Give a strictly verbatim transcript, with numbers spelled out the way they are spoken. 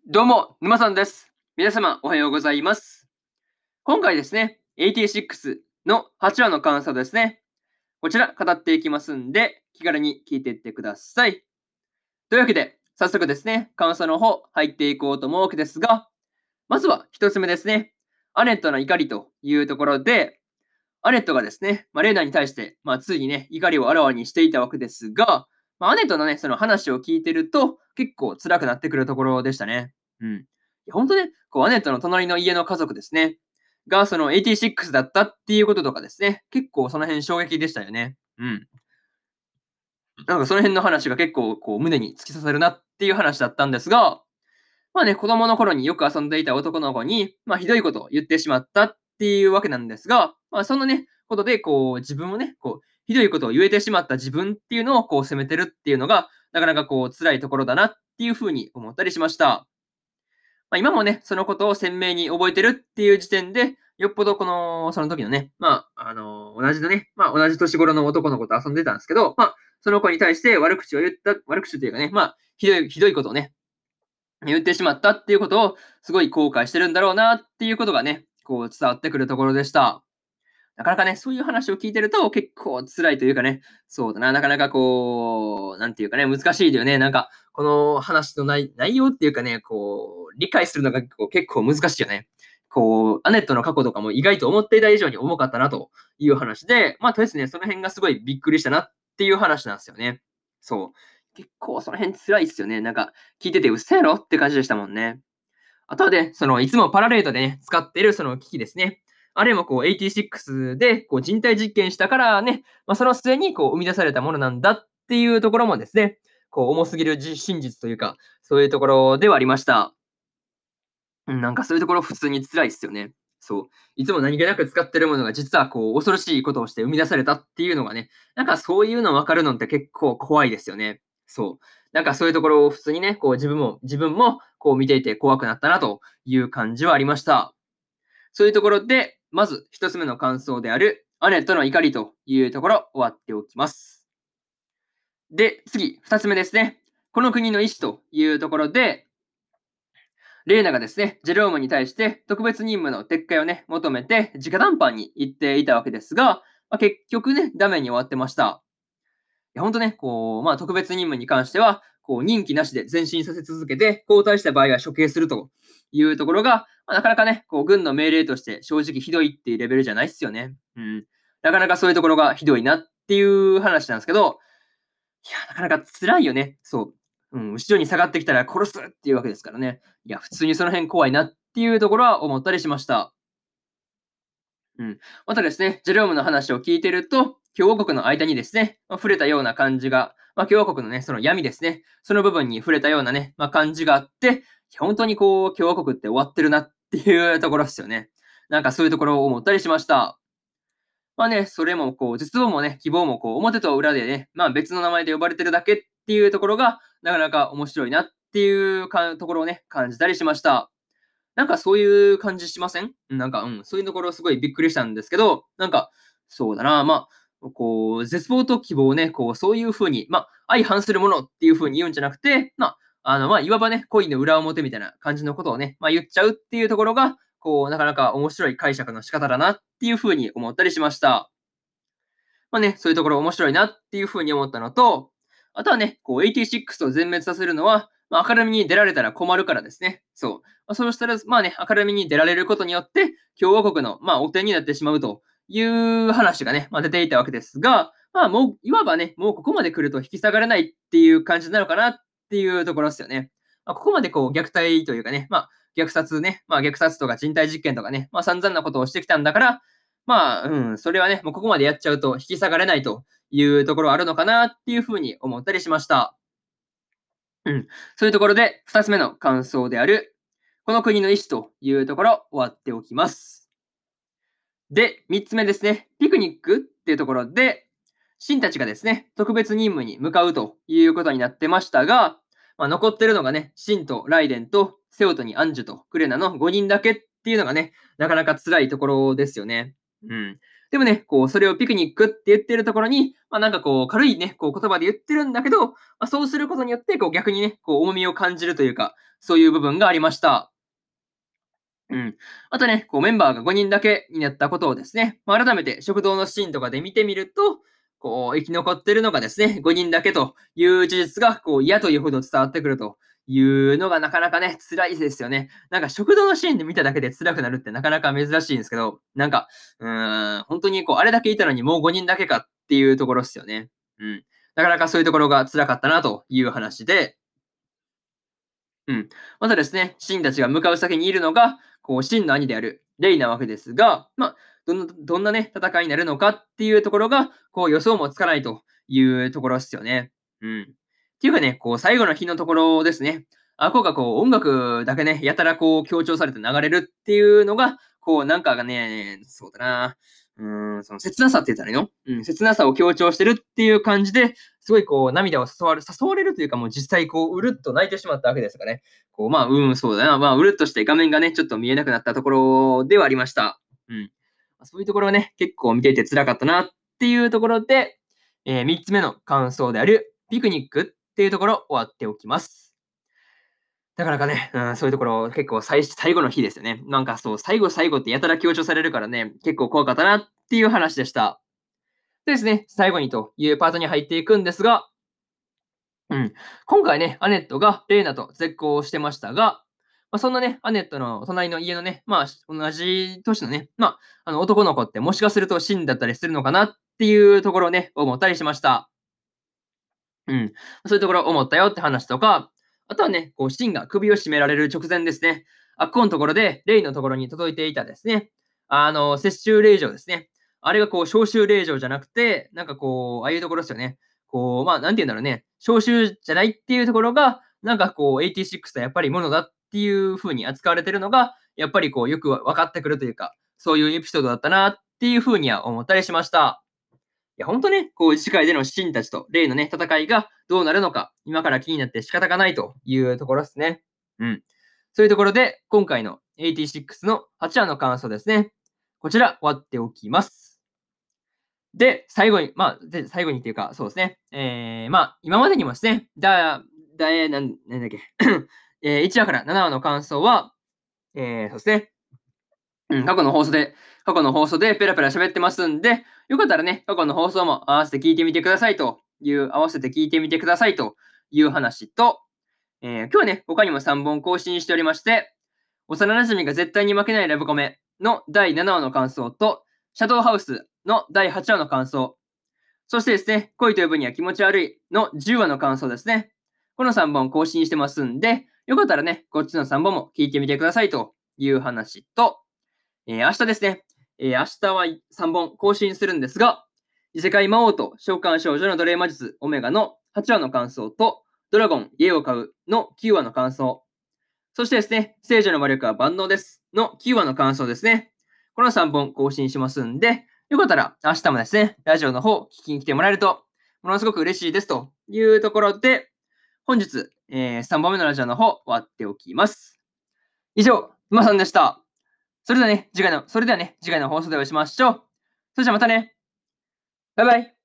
どうも、沼さんです。皆様、おはようございます。今回ですね、エイティシックスのはちわの感想ですね。こちら、語っていきますんで、気軽に聞いていってください。というわけで、早速ですね、感想の方、入っていこうと思うわけですが、まずは一つ目ですね。アネットの怒りというところで、アネットがですね、まあ、レーナに対して、まあ、ついにね、怒りをあらわにしていたわけですが、まあ、アネットのね、その話を聞いてると、結構辛くなってくるところでしたね。うん。いや、ほんとね、こう、アネットの隣の家の家族ですね、が、そのエイティシックスだったっていうこととかですね、結構その辺衝撃でしたよね。うん。なんかその辺の話が結構こう胸に突き刺さるなっていう話だったんですが、まあね、子供の頃によく遊んでいた男の子に、まあ、ひどいことを言ってしまったっていうわけなんですが、まあ、そのね、ことでこう自分をね、こうひどいことを言えてしまった自分っていうのをこう責めてるっていうのが、なかなかこう辛いところだなっていう風に思ったりしました。まあ、今もね、そのことを鮮明に覚えてるっていう時点で、よっぽどこの、その時のね、まあ、あの、同じのね、まあ、同じ年頃の男の子と遊んでたんですけど、まあ、その子に対して悪口を言った、悪口というかね、まあ、ひどい、ひどいことをね、言ってしまったっていうことを、すごい後悔してるんだろうなっていうことがね、こう伝わってくるところでした。なかなかね、そういう話を聞いてると結構辛いというかね、そうだな、なかなかこう、なんていうかね、難しいよね。なんか、この話の内内容っていうかね、こう、理解するのがこう結構難しいよね。こう、アネットの過去とかも意外と思っていた以上に重かったなという話で、まあ、とりあえずね、その辺がすごいびっくりしたなっていう話なんですよね。そう。結構その辺辛いっすよね。なんか、聞いててうっせえろって感じでしたもんね。あとはね、その、いつもパラレードでね、使っているその機器ですね。あれもこう、エイティシックスでこう人体実験したからね、まあ、その末にこう生み出されたものなんだっていうところもですね、こう重すぎるじ真実というか、そういうところではありました。うん、なんかそういうところ普通に辛いっすよね。そう。いつも何気なく使ってるものが実はこう恐ろしいことをして生み出されたっていうのがね、なんかそういうの分かるのって結構怖いですよね。そう。なんかそういうところを普通にね、こう自分も自分もこう見ていて怖くなったなという感じはありました。そういうところで、まず一つ目の感想である姉との怒りというところ終わっておきます。で、次、二つ目ですね。この国の意思というところで、レーナがですね、ジェロームに対して特別任務の撤回をね、求めて直談判に行っていたわけですが、まあ、結局ね、ダメに終わってました。いや、ほんとね、こう、まあ、特別任務に関しては、こう、任期なしで前進させ続けて、交代した場合は処刑するというところが、まあ、なかなかね、こう、軍の命令として正直ひどいっていうレベルじゃないっすよね。うん。なかなかそういうところがひどいなっていう話なんですけど、いや、なかなか辛いよね。そう。うん、後ろに下がってきたら殺すっていうわけですからね。いや、普通にその辺怖いなっていうところは思ったりしました。うん。またですね、ジェロームの話を聞いていると、共和国の間にですね、まあ、触れたような感じが、まあ、共和国のね、その闇ですね、その部分に触れたようなね、まあ、感じがあって、本当にこう、共和国って終わってるなっていうところですよね。なんかそういうところを思ったりしました。まあね、それもこう、絶望もね、希望もこう、表と裏でね、まあ別の名前で呼ばれてるだけっていうところが、なかなか面白いなっていうかところをね、感じたりしました。なんかそういう感じしません？なんか、うん、そういうところすごいびっくりしたんですけど、なんか、そうだな、まあ、こう、絶望と希望をね、こう、そういう風に、まあ、相反するものっていう風に言うんじゃなくて、まあ、あの、まあ、いわばね、恋の裏表みたいな感じのことをね、まあ、言っちゃうっていうところが、こう、なかなか面白い解釈の仕方だなっていう風に思ったりしました。まあね、そういうところ面白いなっていう風に思ったのと、あとはね、こう、エイティシックスを全滅させるのは、まあ、明るみに出られたら困るからですね。そう。まあ、そうしたら、まあね、明るみに出られることによって、共和国の、まあ、汚点になってしまうという話がね、まあ、出ていたわけですが、まあ、もう、いわばね、もうここまで来ると引き下がれないっていう感じなのかなっていうところですよね。まあ、ここまでこう、虐待というかね、まあ、虐殺ね、まあ、虐殺とか人体実験とかね、まあ、散々なことをしてきたんだから、まあ、うん、それはね、もうここまでやっちゃうと引き下がれないというところあるのかなっていうふうに思ったりしました。うん。そういうところで、ふたつめの感想である、この国の意思というところ、終わっておきます。で、みっつめですね、ピクニックっていうところで、シンたちがですね、特別任務に向かうということになってましたが、まあ、残ってるのがね、シンとライデンとセオトにアンジュとクレナのごにんだけっていうのがね、なかなか辛いところですよね。うん。 でもね、こう、それをピクニックって言ってるところに、ま、なんかこう、軽いね、こう言葉で言ってるんだけど、ま、そうすることによって、こう逆にね、こう重みを感じるというか、そういう部分がありました。うん。あとね、こうメンバーがごにんだけになったことをですね、まあ、改めて食堂のシーンとかで見てみると、こう生き残ってるのがですね、ごにんだけという事実がこう嫌というほど伝わってくるというのがなかなかね、辛いですよね。なんか食堂のシーンで見ただけで辛くなるってなかなか珍しいんですけど、なんか、うーん、本当にこうあれだけいたのにもうごにんだけかっていうところっすよね。うん。なかなかそういうところが辛かったなという話で、うん。またですね、シンたちが向かう先にいるのが、こう、シンの兄であるレイなわけですが、まあ、どんなどんなね、戦いになるのかっていうところが、こう、予想もつかないというところですよね。うん。っていうかね、こう、最後の日のところですね。あこがこう、音楽だけね、やたらこう、強調されて流れるっていうのが、こう、なんかがね、そうだな、うーん、その切なさって言ったらいいの？うん、切なさを強調してるっていう感じで、すごいこう涙を誘われ誘われるというか、もう実際こう、うるっと泣いてしまったわけですがね。こう、まあ、うん、そうだな、まあ、うるっとして画面がね、ちょっと見えなくなったところではありました。うん。まそういうところはね、結構見ていて辛かったなっていうところで、えー、みっつめの感想であるピクニックっていうところ終わっておきます。なかなかね、うん、そういうところ結構最最後の日ですよね。なんかそう、最後最後ってやたら強調されるからね、結構怖かったなっていう話でした。でですね、最後にというパートに入っていくんですが、うん、今回ね、アネットがレイナと絶交をしてましたが、まあ、そんなね、アネットの隣の家のね、まあ、同じ年のね、まあ、あの男の子ってもしかすると死んだったりするのかなっていうところをね、思ったりしました。うん。そういうところ思ったよって話とか、あとはね、こう、シンが首を絞められる直前ですね。あっこのところで、レイのところに届いていたですね、あの、接収令状ですね。あれがこう、招集令状じゃなくて、なんかこう、ああいうところですよね。こう、まあ、なんて言うんだろうね。招集じゃないっていうところが、なんかこう、エイティシックスはやっぱりものだっていう風に扱われてるのが、やっぱりこう、よく分かってくるというか、そういうエピソードだったなっていう風には思ったりしました。いや、ほんとね、こう次回でのシンたちとレイのね、戦いがどうなるのか、今から気になって仕方がないというところですね。うん。そういうところで、今回のエイティシックスのはちわの感想ですね。こちら終わっておきます。で、最後に、まあ、で、最後にっていうか、そうですね。ええ、まあ、今までにもですね、だだえなんなんだっけ、ええ、いちわからななわの感想は、ええ、そうですね。うん、過去の放送で過去の放送でペラペラ喋ってますんで、よかったらね、過去の放送も合わせて聞いてみてくださいという合わせて聞いてみてくださいという話と、えー今日はね、他にもさんぼん更新しておりまして、幼馴染が絶対に負けないラブコメのだいななわの感想と、シャドウハウスのだいはちわの感想、そしてですね、恋と呼ぶには気持ち悪いのじゅうわの感想ですね。このさんぼん更新してますんで、よかったらね、こっちのさんぼんも聞いてみてくださいという話と、えー、明日ですね、えー、明日はさんぼん更新するんですが、異世界魔王と召喚少女の奴隷魔術オメガのはちわの感想と、ドラゴン家を買うのきゅうわの感想、そしてですね、聖女の魔力は万能ですのきゅうわの感想ですね。このさんぼん更新しますんで、よかったら明日もですね、ラジオの方聞きに来てもらえると、ものすごく嬉しいですというところで、本日、えー、さんぼんめのラジオの方終わっておきます。以上、馬さんでした。それではね、次回の、それではね、次回の放送でお会いしましょう。それじゃあまたね。バイバイ。